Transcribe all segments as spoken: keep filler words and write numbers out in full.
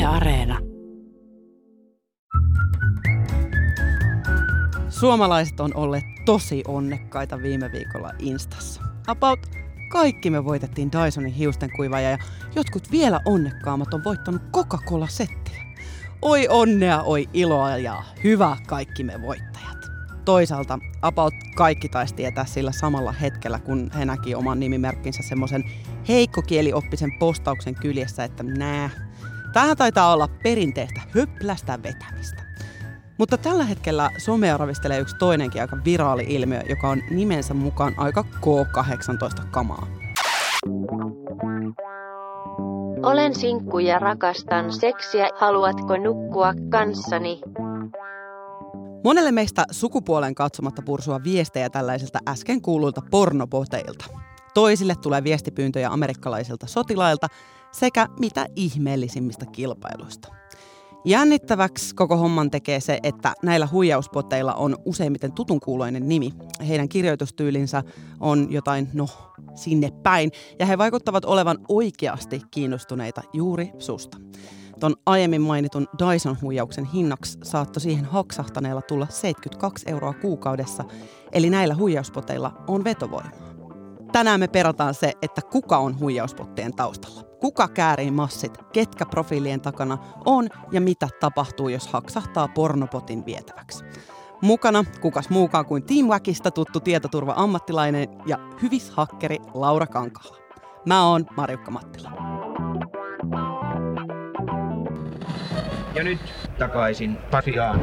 Yle Areena. Suomalaiset on olleet tosi onnekkaita viime viikolla Instassa. About kaikki me voitettiin Dysonin hiustenkuivaaja ja jotkut vielä onnekkaammat on voittanut Coca-Cola-settiä. Oi onnea, oi iloa ja hyvä kaikki me voittajat. Toisaalta about kaikki taisi tietää sillä samalla hetkellä, kun he näki oman nimimerkkinsä semmoisen heikkokielioppisen postauksen kyljessä, että nää, tämähän taitaa olla perinteistä höplästä vetämistä. Mutta tällä hetkellä somea ravistelee yksi toinenkin aika viraali ilmiö, joka on nimensä mukaan aika K kahdeksantoista-kamaa. Olen sinkku ja rakastan seksiä. Haluatko nukkua kanssani? Monelle meistä sukupuolen katsomatta pursua viestejä tällaisilta äsken kuuluilta pornoboteilta. Toisille tulee viestipyyntöjä amerikkalaisilta sotilailta sekä mitä ihmeellisimmistä kilpailuista. Jännittäväksi koko homman tekee se, että näillä huijausboteilla on useimmiten tutunkuuloinen nimi. Heidän kirjoitustyylinsä on jotain, no, sinne päin, ja he vaikuttavat olevan oikeasti kiinnostuneita juuri susta. Ton aiemmin mainitun Dyson-huijauksen hinnaksi saattoi siihen haksahtaneella tulla seitsemänkymmentäkaksi euroa kuukaudessa, eli näillä huijausboteilla on vetovoimaa. Tänään me perataan se, että kuka on huijausbottien taustalla. Kuka käärii massit, ketkä profiilien takana on ja mitä tapahtuu, jos haksahtaa pornobotin vietäväksi. Mukana kukas muukaan kuin Teamwackista tuttu tietoturva-ammattilainen ja hyvishakkeri Laura Kankaala. Mä oon Marjukka Mattila. Ja nyt takaisin Pasiaan.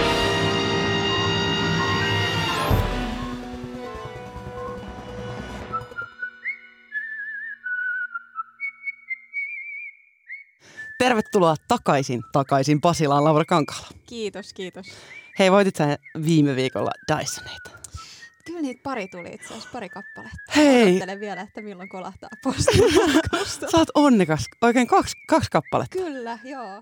Tervetuloa takaisin, takaisin Pasilaan, Laura Kankaala. Kiitos, kiitos. Hei, voitit sä viime viikolla Dysoneita? Kyllä niitä pari tuli itse asiassa, pari kappaletta. Hei! Odottelen vielä, että milloin kolahtaa postiin. Sä oot onnekas. Oikein kaksi, kaksi kappaletta. Kyllä, joo.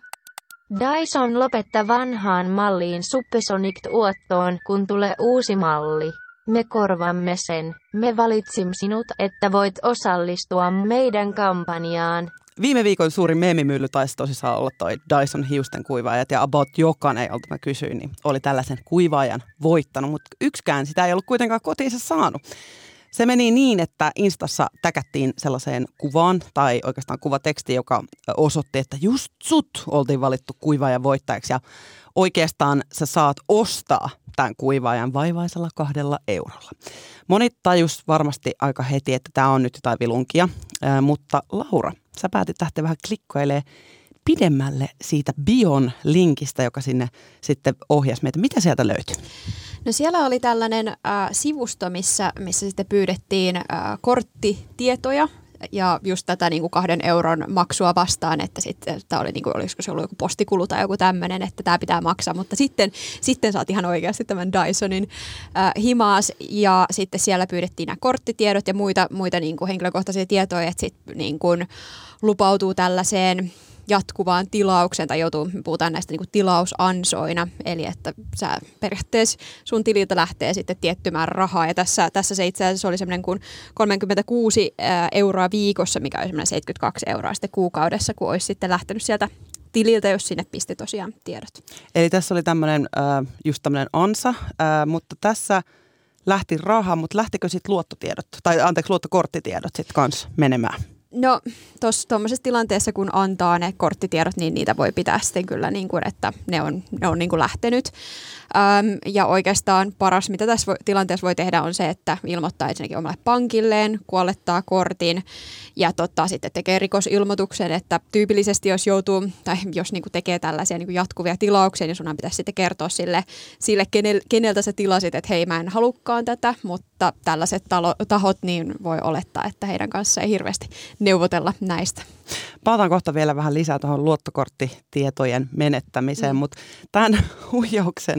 Dyson, lopetta vanhaan malliin Supersonic-tuottoon, kun tulee uusi malli. Me korvamme sen. Me valitsimme sinut, että voit osallistua meidän kampanjaan. Viime viikon suuri meemimylly taisi tosissaan olla toi Dyson hiustenkuivaajat ja about jokainen, jolta mä kysyin, niin oli tällaisen kuivaajan voittanut, mutta yksikään sitä ei ollut kuitenkaan kotiinsa saanut. Se meni niin, että Instassa täkättiin sellaiseen kuvaan tai oikeastaan kuvateksti, joka osoitti, että just sut oltiin valittu kuivaajan voittajaksi ja oikeastaan sä saat ostaa tämän kuivaajan vaivaisella kahdella eurolla. Moni tajus varmasti aika heti, että tämä on nyt jotain vilunkia, Ää, mutta Laura, sä päätit lähteä vähän klikkoilemaan pidemmälle siitä bion linkistä, joka sinne sitten ohjasi meitä. Mitä sieltä löytyi? No siellä oli tällainen äh, sivusto, missä, missä sitten pyydettiin äh, korttitietoja ja just tätä niin kuin kahden euron maksua vastaan, että sitten tämä oli niin kuin, olisiko se ollut joku postikulu tai joku tämmöinen, että tämä pitää maksaa, mutta sitten, sitten saat ihan oikeasti tämän Dysonin äh, himaas ja sitten siellä pyydettiin nämä korttitiedot ja muita, muita niin kuin henkilökohtaisia tietoja, että sitten niin kuin lupautuu tällaiseen jatkuvaan tilaukseen tai joutuu, puhutaan näistä niin kuin tilausansoina, eli että sä periaatteessa sun tililtä lähtee sitten tietty määrä rahaa ja tässä, tässä se itse asiassa oli semmoinen kuin kolmekymmentäkuusi euroa viikossa, mikä oli semmoinen seitsemänkymmentäkaksi euroa sitten kuukaudessa, kun olisi sitten lähtenyt sieltä tililtä, jos sinne pisti tosiaan tiedot. Eli tässä oli tämmöinen äh, just tämmöinen ansa, äh, mutta tässä lähti raha, mutta lähtikö sitten luottotiedot, tai anteeksi luottokorttitiedot sitten kanssa menemään? No tuommoisessa tilanteessa, kun antaa ne korttitiedot, niin niitä voi pitää sitten kyllä niin kuin, että ne on, ne on niin kuin lähtenyt. Öm, ja oikeastaan paras, mitä tässä voi, tilanteessa voi tehdä, on se, että ilmoittaa ensinnäkin omalle pankilleen, kuollettaa kortin ja tota, sitten tekee rikosilmoituksen, että tyypillisesti jos joutuu, tai jos niin kuin tekee tällaisia niin kuin jatkuvia tilauksia, niin sunhan pitäisi sitten kertoa sille, sille kenel, keneltä sä tilasit, että hei, mä en halukkaan tätä, mutta tällaiset talo, tahot, niin voi olettaa, että heidän kanssa ei hirveästi neuvotella näistä. Palataan kohta vielä vähän lisää tuohon luottokorttitietojen menettämiseen, mm. mutta tämän huijauksen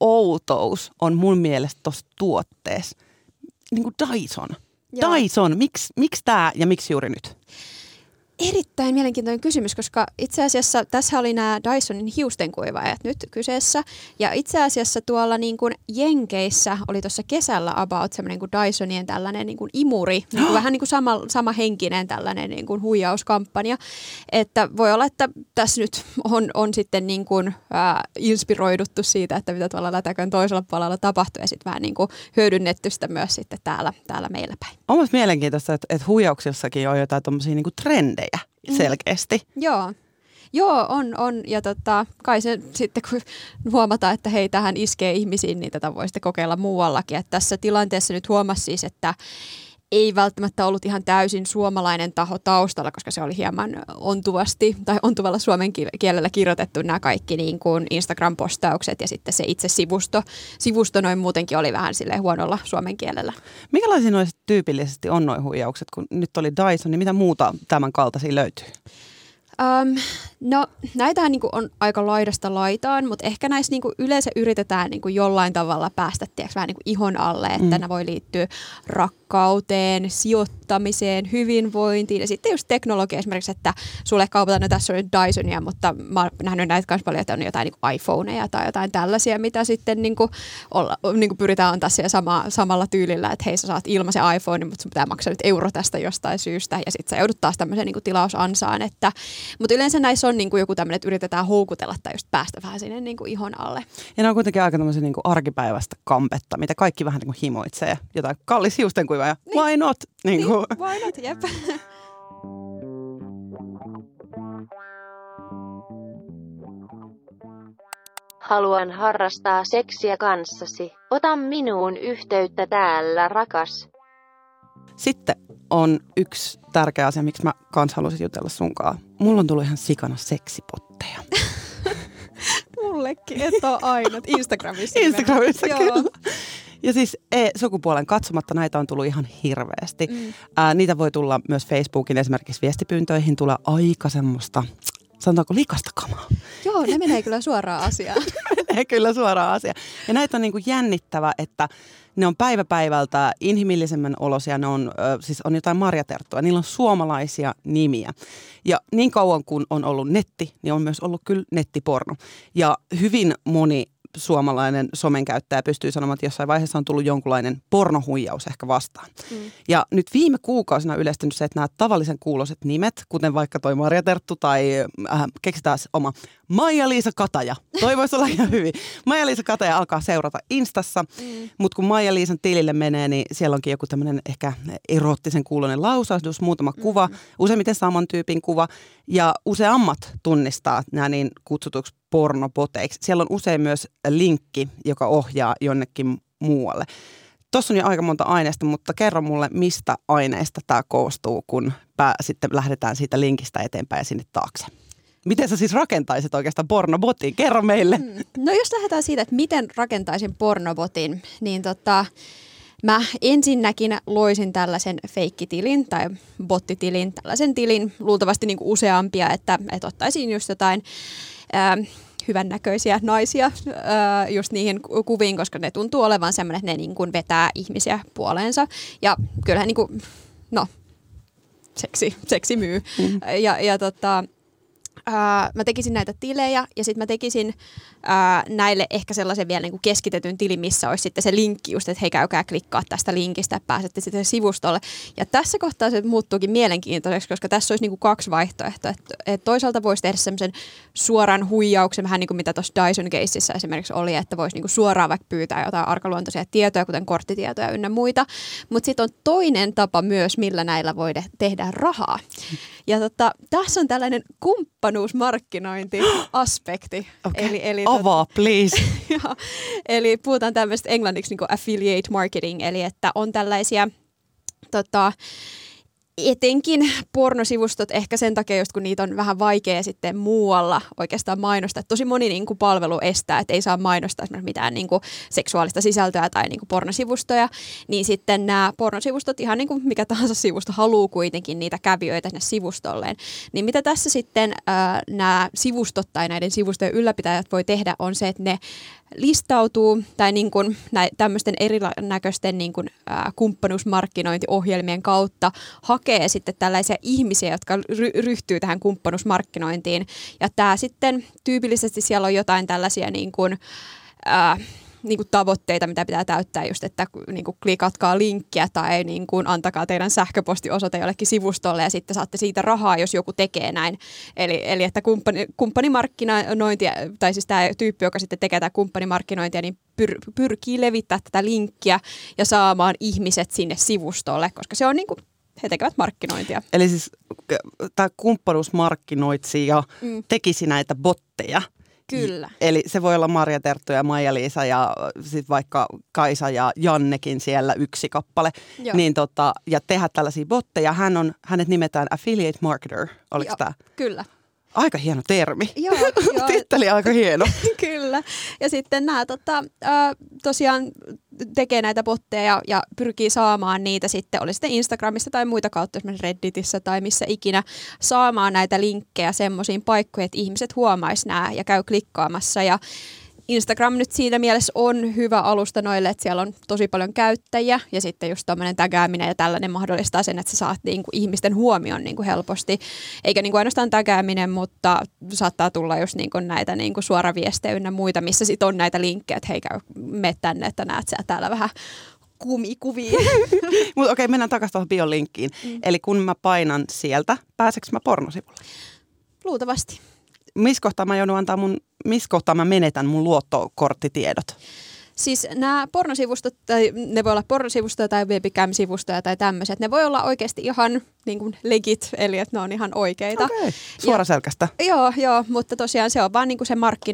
outous on mun mielestä tuossa tuotteessa. Niin kuin Dyson. Joo. Dyson, miksi, miksi tämä ja miksi juuri nyt? Erittäin mielenkiintoinen kysymys, koska itse asiassa tässä oli nämä Dysonin hiustenkuivaajat nyt kyseessä. Ja itse asiassa tuolla niin kuin Jenkeissä oli tuossa kesällä about semmoinen kuin Dysonien tällainen niin kuin imuri, niin kuin vähän niin kuin sama, sama henkinen tällainen niin kuin huijauskampanja. Että voi olla, että tässä nyt on, on sitten niin kuin, ää, inspiroiduttu siitä, että mitä tuolla lätäkön toisella puolella tapahtuu ja sitten vähän niin kuin hyödynnetty sitä myös sitten täällä, täällä meillä päin. On myös mielenkiintoista, että, että huijauksissakin on jotain tuommoisia niin kuin trendejä selkeästi. Mm. Joo. Joo, on, on. Ja tota, kai se sitten, kun huomataan, että hei, tähän iskee ihmisiin, niin tätä voi sitten kokeilla muuallakin. Et tässä tilanteessa nyt huomasi siis, että ei välttämättä ollut ihan täysin suomalainen taho taustalla, koska se oli hieman ontuvasti tai ontuvalla suomen kielellä kirjoitettu nämä kaikki niin kuin Instagram-postaukset ja sitten se itse sivusto. Sivusto noin muutenkin oli vähän silleen huonolla suomen kielellä. Minkälaisia noin tyypillisesti on noin huijaukset, kun nyt oli Dyson, niin mitä muuta tämän kaltaisia löytyy? Um, no näitähän niinku on aika laidasta laitaan, mutta ehkä näissä niinku yleensä yritetään niinku jollain tavalla päästä tiiäks, vähän niinku ihon alle, että mm. nämä voi liittyä rakkauteen, sijoittamiseen, hyvinvointiin ja sitten just teknologia esimerkiksi, että sulle kaupataan, no tässä on nyt Dysonia, mutta mä oon nähnyt näitä myös paljon, että on jotain niinku iPhoneja tai jotain tällaisia, mitä sitten niinku olla, niinku pyritään antaa siellä sama, samalla tyylillä, että hei sä saat ilmaisen iPhone, mutta sun pitää maksaa nyt euro tästä jostain syystä ja sitten sä joudut taas tämmöiseen niinku tilausansaan, että mutta yleensä näissä on niinku joku tämmöinen, että yritetään houkutella tai just päästä vähän sinne niinku ihon alle. Ja ne on kuitenkin aika tämmöisen niinku arkipäiväistä kampetta, mitä kaikki vähän niinku himoitsee. Jotain kallis hiustenkuivaaja. Niin. Why not? Niinku. Niin, why not, jep. Haluan harrastaa seksiä kanssasi. Ota minuun yhteyttä täällä, rakas. Sitten on yksi tärkeä asia, miksi mä kans haluaisin jutella sunkaan. Mulla on tullut ihan sikana seksipotteja. Mullekin, et ole ainut. Instagramissa. Instagramissa, kyllä. Ja siis e-sukupuolen katsomatta näitä on tullut ihan hirveästi. Mm. Ää, niitä voi tulla myös Facebookin esimerkiksi viestipyyntöihin. Tulee aika semmoista, sanotaanko likasta kamaa. Joo, ne menee kyllä suoraan asiaan. menee kyllä suoraan asiaan. Ja näitä on niin kuin jännittävä, että ne on päivä päivältä inhimillisemmän olosia, ne on, äh, siis on jotain marjaterttua, niillä on suomalaisia nimiä. Ja niin kauan kun on ollut netti, niin on myös ollut kyllä nettiporno. Ja hyvin moni suomalainen somen käyttäjä pystyy sanomaan, että jossain vaiheessa on tullut jonkunlainen pornohuijaus ehkä vastaan. Mm. Ja nyt viime kuukausina on yleistynyt se, että nämä tavallisen kuuloiset nimet, kuten vaikka toi Marja Terttu tai äh, keksitään oma Maija-Liisa Kataja. Toi voisi olla ihan hyvin. Maija-Liisa Kataja alkaa seurata Instassa, mm. mutta kun Maija-Liisan tilille menee, niin siellä onkin joku tämmöinen ehkä eroottisen kuuloinen lausahdus, muutama mm. kuva, useimmiten saman tyypin kuva. Ja useammat tunnistaa nämä niin kutsutuksi pornoboteiksi. Siellä on usein myös linkki, joka ohjaa jonnekin muualle. Tuossa on jo aika monta aineesta, mutta kerro mulle, mistä aineesta tämä koostuu, kun pää, sitten lähdetään siitä linkistä eteenpäin ja sinne taakse. Miten sä siis rakentaisit oikeastaan pornobotin? Kerro meille. Mm. No jos lähdetään siitä, että miten rakentaisin pornobotin, niin tota, mä ensinnäkin loisin tällaisen feikkitilin tai bottitilin, tällaisen tilin, luultavasti niin kuin useampia, että, että ottaisin just jotain ää, hyvännäköisiä naisia ää, just niihin kuviin, koska ne tuntuu olevan semmoinen, että ne niin kuin vetää ihmisiä puoleensa. Ja kyllähän niin kuin, no, seksi, seksi myy. Mm. Ja, ja tota... Uh, mä tekisin näitä tilejä ja sitten mä tekisin uh, näille ehkä sellaisen vielä niin kuin keskitetyn tilin, missä olisi sitten se linkki just, että hei käykää klikkaa tästä linkistä ja pääsette sitten sivustolle. Ja tässä kohtaa se muuttuukin mielenkiintoiseksi, koska tässä olisi niin kuin kaksi vaihtoehtoa. Et, et toisaalta voisi tehdä semmoisen suoran huijauksen, vähän niin kuin mitä tuossa Dyson-keississä esimerkiksi oli, että voisi niin kuin suoraan vaikka pyytää jotain arkaluontoisia tietoja, kuten korttitietoja ynnä muita. Mutta sitten on toinen tapa myös, millä näillä voi tehdä rahaa. Ja tota, tässä on tällainen kumppanuusmarkkinointi-aspekti. Okay. Eli, eli Avaa, tot... please. Joo, eli puhutaan tämmöistä englanniksi niin kuin affiliate marketing, eli että on tällaisia tota, etenkin pornosivustot ehkä sen takia, just kun niitä on vähän vaikea sitten muualla oikeastaan mainostaa. Tosi moni niin kuin palvelu estää, että ei saa mainostaa esimerkiksi mitään niin kuin seksuaalista sisältöä tai niin kuin pornosivustoja. Niin sitten nämä pornosivustot, ihan niin kuin mikä tahansa sivusto, haluaa kuitenkin niitä kävijöitä sinne sivustolleen. Niin mitä tässä sitten äh, nämä sivustot tai näiden sivustojen ylläpitäjät voi tehdä on se, että ne listautuu tai niin kuin tämmöisten erinäköisten niin kuin, ää, kumppanuusmarkkinointiohjelmien kautta hakee sitten tällaisia ihmisiä, jotka ry- ryhtyy tähän kumppanuusmarkkinointiin. Ja tämä sitten tyypillisesti siellä on jotain tällaisia niin kuin, ää, niin kuin tavoitteita, mitä pitää täyttää just, että niin kuin klikatkaa linkkiä tai niin kuin antakaa teidän sähköpostiosoite jollekin sivustolle ja sitten saatte siitä rahaa, jos joku tekee näin. Eli, eli että kumppani, kumppanimarkkinointia, tai siis tämä tyyppi, joka sitten tekee tämä kumppanimarkkinointia, niin pyr, pyrkii levittämään tätä linkkiä ja saamaan ihmiset sinne sivustolle, koska se on niin kuin, he tekevät markkinointia. Eli siis tämä kumppanuusmarkkinoitsija mm. tekisi näitä botteja. Kyllä. Eli se voi olla Marja Terttu ja Maija-Liisa ja sitten vaikka Kaisa ja Jannekin siellä yksi kappale. Niin tota, ja tehdä tällaisia botteja. Hän on, hänet nimetään affiliate marketer, oliko tämä? Kyllä. Aika hieno termi. Joo, joo. Titteli aika hieno. Kyllä. Ja sitten nämä tota, äh, tosiaan tekee näitä botteja ja, ja pyrkii saamaan niitä sitten, oli sitten Instagramissa tai muita kautta, esimerkiksi Redditissä tai missä ikinä, saamaan näitä linkkejä semmoisiin paikkoihin, että ihmiset huomaisi nämä ja käy klikkaamassa. Ja Instagram nyt siinä mielessä on hyvä alusta noille, että siellä on tosi paljon käyttäjiä ja sitten just tämmöinen tägääminen ja tällainen mahdollistaa sen, että sä saat niinku ihmisten huomion niinku helposti. Eikä niinku ainoastaan tägääminen, mutta saattaa tulla just niinku näitä niinku suoraviestejä ynnä muita, missä sitten on näitä linkkejä, että hei käy, mene tänne, että näet sä täällä vähän kumikuvia. Mutta okei, mennään takaisin tuohon biolinkkiin. Mm. Eli kun mä painan sieltä, pääseekö mä pornosivulle? Luultavasti. Missä kohtaa mä joudun antaa mun, missä kohtaa mä menetän mun luottokorttitiedot? Siis nämä pornosivustot, tai ne voi olla pornosivustoja tai webcam-sivustoja tai tämmöiset, ne voi olla oikeasti ihan niin kuin legit, eli että ne on ihan oikeita. Okei, suoraselkäistä. Joo, joo, mutta tosiaan se on vaan niin kuin se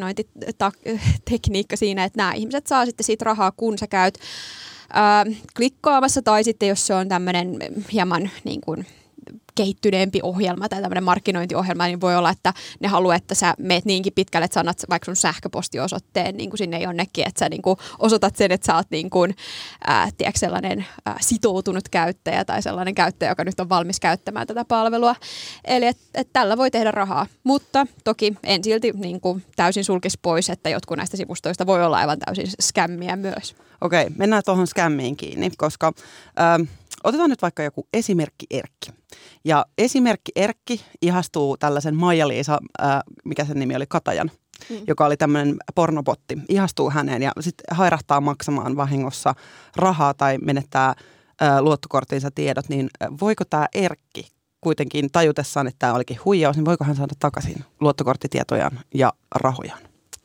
markkinointitekniikka siinä, että nämä ihmiset saa sitten siitä rahaa, kun sä käyt ää, klikkaamassa, tai sitten jos se on tämmöinen hieman niin kuin kehittyneempi ohjelma tai tämmöinen markkinointiohjelma, niin voi olla, että ne haluaa, että sä meet niinkin pitkälle, että sä annat vaikka sun sähköpostiosoitteen niin kuin sinne jonnekin, että sä niin kuin osoitat sen, että sä oot niin kuin, ää, tiedätkö, sellainen ää, sitoutunut käyttäjä tai sellainen käyttäjä, joka nyt on valmis käyttämään tätä palvelua. Eli että et tällä voi tehdä rahaa, mutta toki en silti niin kuin täysin sulkisi pois, että jotkut näistä sivustoista voi olla aivan täysin skämmiä myös. Okei, mennään tuohon skämmiin kiinni, koska ähm, otetaan nyt vaikka joku esimerkki Erkki. Ja esimerkki Erkki ihastuu tällaisen Maija-Liisa, äh, mikä sen nimi oli, Katajan, mm. joka oli tämmöinen pornobotti. Ihastuu häneen ja sitten hairahtaa maksamaan vahingossa rahaa tai menettää äh, luottokorttinsa tiedot. Niin voiko tämä Erkki kuitenkin tajutessaan, että tämä olikin huijaus, niin voiko hän saada takaisin luottokorttitietojaan ja rahojaan?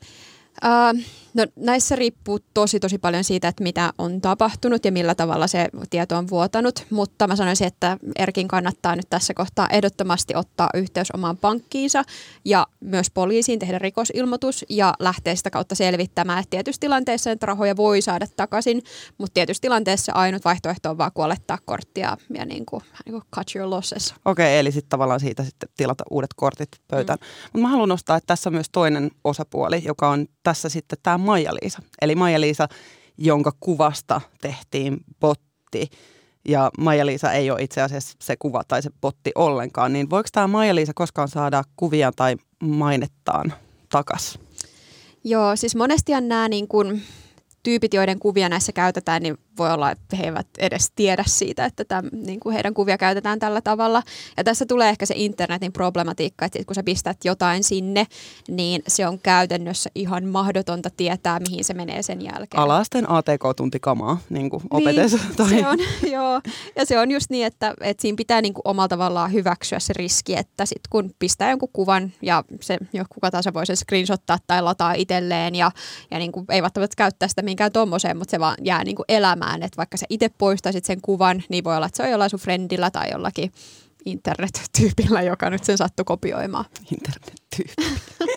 Uh, no näissä riippuu tosi tosi paljon siitä, että mitä on tapahtunut ja millä tavalla se tieto on vuotanut, mutta mä sanoisin, että Erkin kannattaa nyt tässä kohtaa ehdottomasti ottaa yhteys omaan pankkiinsa ja myös poliisiin tehdä rikosilmoitus ja lähteä sitä kautta selvittämään, että tietyissä tilanteissa että rahoja voi saada takaisin, mutta tietyissä tilanteissa ainut vaihtoehto on vaan kuolettaa korttia ja niin kuin, niin kuin cut your losses. Okei, eli sitten tavallaan siitä sitten tilata uudet kortit pöytään. Mm. Mutta mä haluan nostaa, että tässä on myös toinen osapuoli, joka on tässä sitten tämä Maija-Liisa. Eli Maija-Liisa, jonka kuvasta tehtiin botti. Ja Maija-Liisa ei ole itse asiassa se kuva tai se botti ollenkaan. Niin voiko tämä Maija-Liisa koskaan saada kuvia tai mainettaan takaisin? Joo, siis monestihan nämä niin kuin tyypit, joiden kuvia näissä käytetään, niin voi olla, että he eivät edes tiedä siitä, että tämän, niin kuin heidän kuvia käytetään tällä tavalla. Ja tässä tulee ehkä se internetin problematiikka, että kun sä pistät jotain sinne, niin se on käytännössä ihan mahdotonta tietää, mihin se menee sen jälkeen. Ala-asteen A T K-tuntikamaa, niin kuin opetessa. Niin, se on, joo. Ja se on just niin, että, että siinä pitää niin kuin omalla tavallaan hyväksyä se riski, että sit kun pistää jonkun kuvan ja se kuka tahansa voi sen screenshottaa tai lataa itselleen ja, ja niin kuin ei välttämättä käyttää sitä minkään tommoseen, mutta se vaan jää niin kuin elämään. Että vaikka sä itse poistaisit sen kuvan, niin voi olla, että se on jollain sun friendillä tai jollakin internet-tyypillä, joka nyt sen sattui kopioimaan. Internet-tyyppi.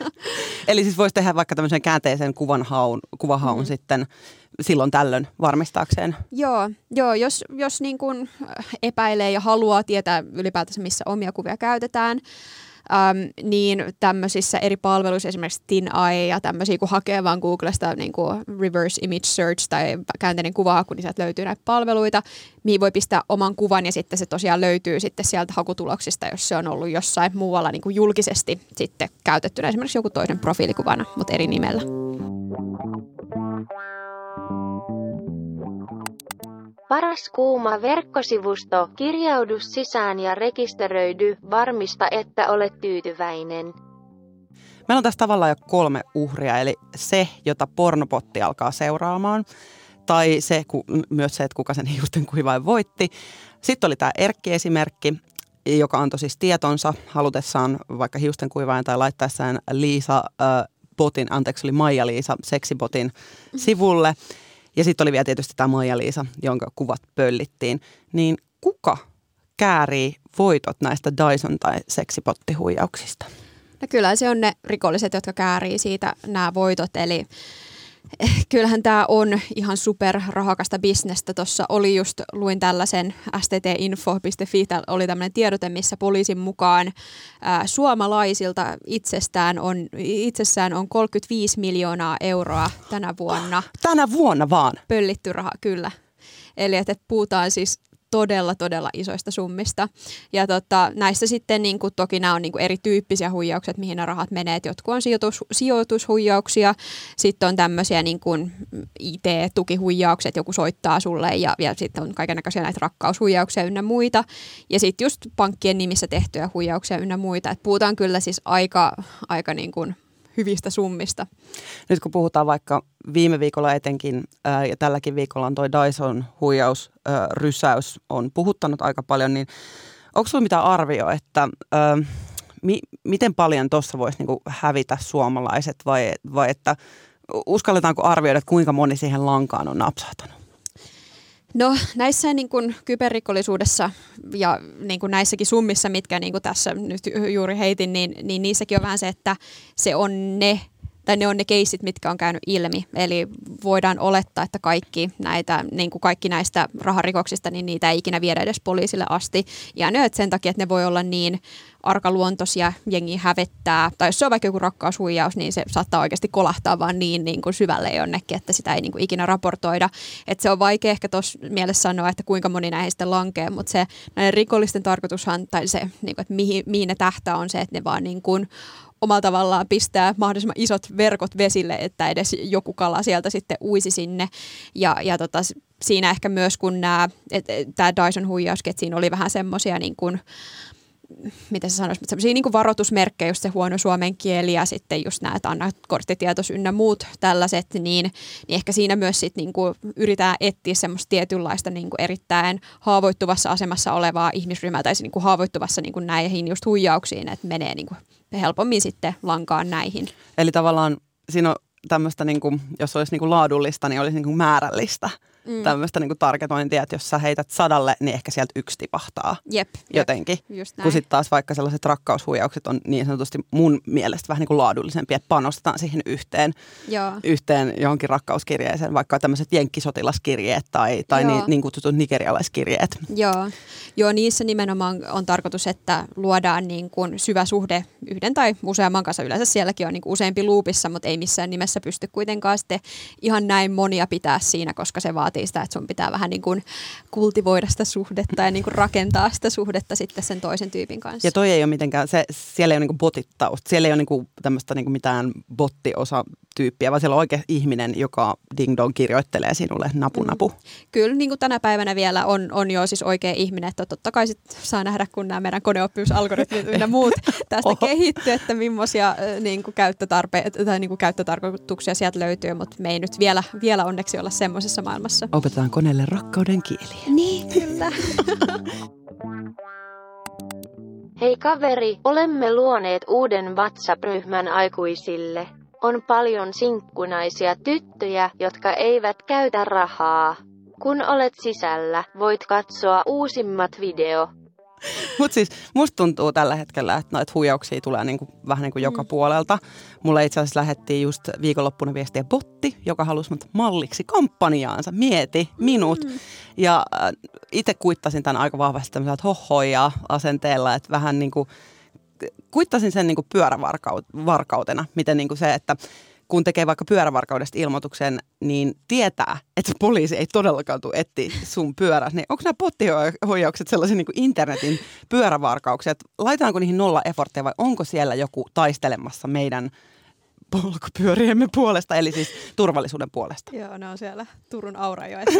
Eli siis voisi tehdä vaikka tämmöisen käänteisen kuvanhaun, kuvahaun mm. sitten silloin tällöin varmistaakseen. Joo, joo jos, jos niin kuin epäilee ja haluaa tietää ylipäätänsä, missä omia kuvia käytetään, Um, niin tämmöisissä eri palveluissa, esimerkiksi TinEye ja tämmöisiä, kun hakee vaan Googlesta niin kuin reverse image search tai käänteinen kuvahaku, niin sieltä löytyy näitä palveluita, mihin voi pistää oman kuvan ja sitten se tosiaan löytyy sitten sieltä hakutuloksista, jos se on ollut jossain muualla niin kuin julkisesti sitten käytettynä, esimerkiksi joku toisen profiilikuvana, mutta eri nimellä. Paras kuuma verkkosivusto, kirjaudu sisään ja rekisteröidy, varmista, että olet tyytyväinen. Meillä on tässä tavallaan jo kolme uhria, eli se, jota pornopotti alkaa seuraamaan, tai se, ku, myös se, että kuka sen hiustenkuivaajan voitti. Sitten oli tämä Erkki-esimerkki, joka antoi siis tietonsa halutessaan vaikka hiustenkuivaajan tai laittaessaan Liisa äh, botin, anteeksi oli Maija-Liisa seksibotin sivulle. Ja sitten oli vielä tietysti tämä Maija-Liisa, jonka kuvat pöllittiin. Niin kuka käärii voitot näistä Dyson- tai seksipottihuijauksista? No kyllä se on ne rikolliset, jotka käärii siitä nämä voitot, eli kyllähän tämä on ihan super rahakasta bisnestä. Tuossa oli just, luin tällaisen s t t info piste f i, oli tämmöinen tiedote, missä poliisin mukaan ää, suomalaisilta itsestään on, itsessään on kolmekymmentäviisi miljoonaa euroa tänä vuonna. Tänä vuonna vaan? Pöllitty raha, kyllä. Eli että puhutaan siis todella, todella isoista summista. Ja tota, näissä sitten niin kuin, toki nämä on niin kuin erityyppisiä huijauksia, mihin nämä rahat menee. Et jotkut on sijoitus, sijoitushuijauksia, sitten on tämmöisiä niin kuin I T-tukihuijauksia, että joku soittaa sulle ja, ja sitten on kaikennäköisiä näitä rakkaushuijauksia ynnä muita. Ja sitten just pankkien nimissä tehtyjä huijauksia ynnä muita. Et puhutaan kyllä siis aika, aika niin kuin hyvistä summista. Nyt kun puhutaan vaikka viime viikolla etenkin ää, ja tälläkin viikolla on toi Dyson-huijaus, ää, rysäys on puhuttanut aika paljon, niin onko sinulla mitään arvioa, että ää, mi, miten paljon tuossa voisi niinku hävitä suomalaiset vai, vai että uskalletaanko arvioida, että kuinka moni siihen lankaan on napsahtanut? No näissä niin kuin kyberrikollisuudessa ja niin kuin näissäkin summissa, mitkä niin kuin tässä nyt juuri heitin, niin, niin niissäkin on vähän se, että se on ne, tai ne on ne keissit, mitkä on käynyt ilmi. Eli voidaan olettaa, että kaikki, näitä, niin kuin kaikki näistä raharikoksista, niin niitä ei ikinä viedä edes poliisille asti. Ja ne sen takia, että ne voi olla niin arkaluontoisia, jengi hävettää. Tai jos se on vaikka joku rakkaushuijaus, niin se saattaa oikeasti kolahtaa vaan niin, niin kuin syvälle jonnekin, että sitä ei niin kuin ikinä raportoida. Että se on vaikea ehkä tuossa mielessä sanoa, että kuinka moni näihin sitten lankee, mutta se näiden rikollisten tarkoitushan, tai se, niin kuin, että mihin, mihin ne tähtää on se, että ne vaan niin kuin omalla tavallaan pistää mahdollisimman isot verkot vesille, että edes joku kala sieltä sitten uisi sinne. Ja, ja tota, siinä ehkä myös, kun nämä, tämä Dyson-huijaus, että siinä oli vähän semmoisia niin kuin, miten se sanoisi, semmoisia niin kuin varoitusmerkkejä, just se huono suomen kieli ja sitten just nämä, että anna korttitietos ynnä muut tällaiset, niin, niin ehkä siinä myös sit niin kuin yritetään etsiä semmoista tietynlaista niin kuin erittäin haavoittuvassa asemassa olevaa ihmisryhmää tai niin kuin haavoittuvassa niin kuin näihin just huijauksiin, että menee niin kuin helpommin sitten lankaan näihin. Eli tavallaan siinä on tämmöistä, niin kuin, jos olisi niin kuin laadullista, niin olisi niin kuin määrällistä. Mm. Tämmöistä niin kuin targetointia, että jos sä heität sadalle, niin ehkä sieltä yksi tipahtaa jep, jotenkin. Jep, kun sitten taas vaikka sellaiset rakkaushuijaukset on niin sanotusti mun mielestä vähän niin kuin laadullisempia, että panostetaan siihen yhteen, yhteen johonkin rakkauskirjeeseen, vaikka tämmöiset jenkkisotilaskirjeet tai, tai niin, niin kutsutut nigerialaiskirjeet. Joo. Joo, niissä nimenomaan on tarkoitus, että luodaan niin kuin syvä suhde yhden tai useamman kanssa. Yleensä sielläkin on niin kuin useampi luupissa, mutta ei missään nimessä pysty kuitenkaan sitten ihan näin monia pitää siinä, koska se vaatii sitä, että sun pitää vähän niin kuin kultivoida sitä suhdetta ja niin kuin rakentaa sitä suhdetta sitten sen toisen tyypin kanssa. Ja toi ei ole mitenkään, se, siellä ei ole niin kuin botittausta, siellä ei ole niin kuin tämmöistä niin kuin mitään bottiosa-tyyppiä, vaan siellä on oikein ihminen, joka ding-dong kirjoittelee sinulle napu napu. Mm. Kyllä niin kuin tänä päivänä vielä on, on jo siis oikea ihminen, että totta kai sit saa nähdä, kun nämä meidän koneoppimisalgoritmit ja muut tästä Oho. kehittyy, että millaisia niin kuin käyttötarpeita tai niin kuin käyttötarkoituksia sieltä löytyy, mutta me ei nyt vielä, vielä onneksi olla semmoisessa maailmassa. Opetetaan koneelle rakkauden kieliä. Niin, kyllä. Hei kaveri, olemme luoneet uuden WhatsApp-ryhmän aikuisille. On paljon sinkkunaisia tyttöjä, jotka eivät käytä rahaa. Kun olet sisällä, voit katsoa uusimmat video. Mutta siis musta tuntuu tällä hetkellä, että noita huijauksia tulee niinku, vähän niin kuin joka mm. puolelta. Mulle itse asiassa lähdettiin just viikonloppuna viestiä botti, joka halusi mut malliksi kampanjaansa. Mieti, minut. Mm. Ja äh, itse kuittasin tämän aika vahvasti tämmöisellä hohoja asenteella, että vähän niin kuin kuittasin sen niin kuin pyörävarkautena. Miten niin kuin se, että kun tekee vaikka pyörävarkaudesta ilmoituksen, niin tietää, että poliisi ei todellakaan tule etsiä sun pyörässä. Niin onko nämä pottihuijaukset sellaisia niin kuin internetin pyörävarkauksia? Laitetaanko niihin nolla effortteja vai onko siellä joku taistelemassa meidän polkupyöriemme puolesta, eli siis turvallisuuden puolesta. Joo, ne on siellä Turun Aurajoessa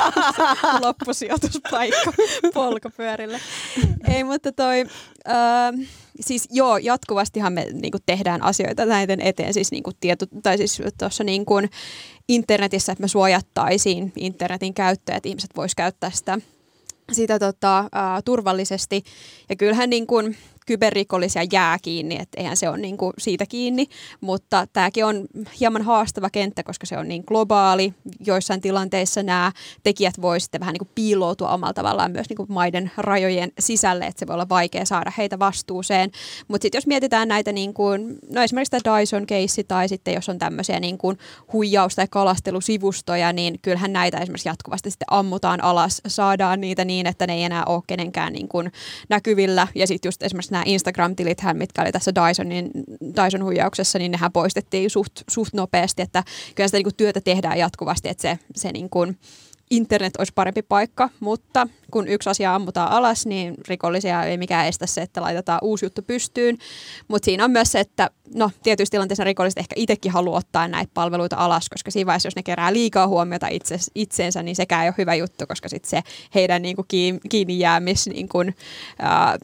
loppusijoituspaikka polkupyörille. Ei, mutta toi, äh, siis joo, jatkuvastihan me niinku tehdään asioita näiden eteen, siis niinku tieto, tai siis tuossa niinku internetissä, että me suojattaisiin internetin käyttöä, että ihmiset vois käyttää sitä, sitä tota, äh, turvallisesti. Ja kyllähän niin kuin kyberrikollisia jää kiinni, että eihän se ole niin kuin siitä kiinni, mutta tämäkin on hieman haastava kenttä, koska se on niin globaali. Joissain tilanteissa nämä tekijät voi sitten vähän niin kuin piiloutua omalla tavallaan myös niin kuin maiden rajojen sisälle, että se voi olla vaikea saada heitä vastuuseen. Mutta sitten jos mietitään näitä, niin kuin, no esimerkiksi tämä Dyson-keissi tai sitten jos on tämmöisiä niin kuin huijaus- tai kalastelusivustoja, niin kyllähän näitä esimerkiksi jatkuvasti sitten ammutaan alas, saadaan niitä niin, että ne ei enää ole kenenkään niin kuin näkyvillä. Ja sitten just esimerkiksi nämä Instagram-tilithän, mitkä oli tässä Dysonin, Dyson-huijauksessa, niin nehän poistettiin suht, suht nopeasti, että kyllä sitä niin kuin työtä tehdään jatkuvasti, että se, se niin kuin internet olisi parempi paikka, mutta kun yksi asia ammutaan alas, niin rikollisia ei mikään estä se, että laitetaan uusi juttu pystyyn, mutta siinä on myös se, että no tietyissä tilanteissa rikolliset ehkä itsekin haluaa ottaa näitä palveluita alas, koska siinä vaiheessa, jos ne kerää liikaa huomiota itse, itseensä, niin sekään ei ole hyvä juttu, koska sitten se heidän niin kuin kiinni jäämis niin kuin, ää,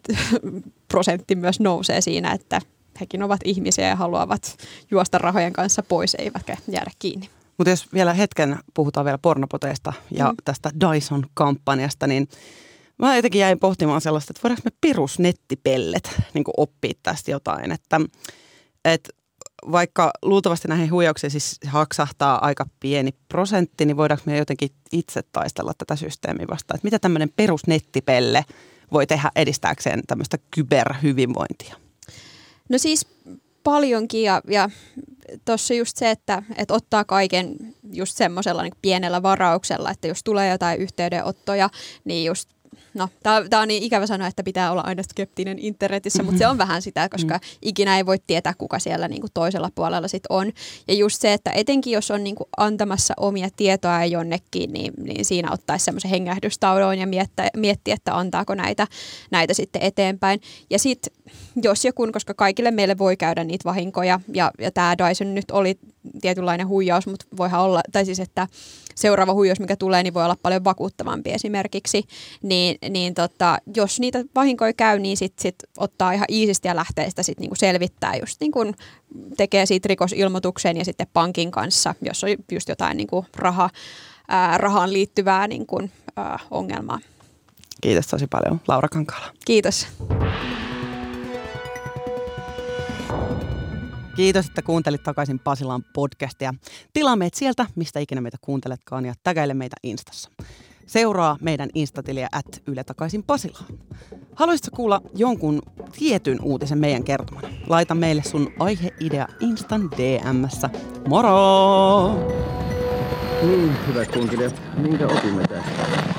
prosentti myös nousee siinä, että hekin ovat ihmisiä ja haluavat juosta rahojen kanssa pois, eivätkä jäädä kiinni. Mutta jos vielä hetken puhutaan vielä pornopoteista ja mm. tästä Dyson-kampanjasta, niin mä jotenkin jäin pohtimaan sellaista, että voidaanko me perusnettipellet niin kuin oppia tästä jotain, että, että vaikka luultavasti näihin huijauksiin siis haksahtaa aika pieni prosentti, niin voidaanko me jotenkin itse taistella tätä systeemiä vastaan, että mitä tämmöinen perusnettipelle voi tehdä edistääkseen tämmöistä kyberhyvinvointia? No siis paljonkin ja, ja tuossa just se, että, että ottaa kaiken just semmoisella niin pienellä varauksella, että jos tulee jotain yhteydenottoja, niin just, no tämä on niin ikävä sanoa, että pitää olla aina skeptinen internetissä, mutta se on vähän sitä, koska ikinä ei voi tietää, kuka siellä niin kuin toisella puolella sit on. Ja just se, että etenkin jos on niin kuin antamassa omia tietoja jonnekin, niin, niin siinä ottaisi semmoisen hengähdystauon ja miettiä, miettiä, että antaako näitä, näitä sitten eteenpäin. Ja sitten jos ja kun, koska kaikille meille voi käydä niitä vahinkoja, ja, ja tämä Dyson nyt oli tietynlainen huijaus, mutta voihan olla, tai siis että seuraava huijaus, mikä tulee, niin voi olla paljon vakuuttavampi esimerkiksi, niin, niin tota, jos niitä vahinkoja käy, niin sitten sit ottaa ihan iisisti ja lähtee sitä sit niinku selvittää, just niin kuin tekee siitä rikosilmoituksen ja sitten pankin kanssa, jos on just jotain niinku raha, ää, rahaan liittyvää niinku, ää, ongelmaa. Kiitos tosi paljon, Laura Kankaala. Kiitos. Kiitos, että kuuntelit takaisin Pasilan podcastia. Tilaa meitä sieltä, mistä ikinä meitä kuunteletkaan, ja tägäile meitä Instassa. Seuraa meidän Instatiliä at Yle takaisin Pasilaan. Haluaisitko kuulla jonkun tietyn uutisen meidän kertomana? Laita meille sun aiheidea Instan D M:ssä. Moro! Niin, hyvät kuuntelijat, minkä opimme tästä?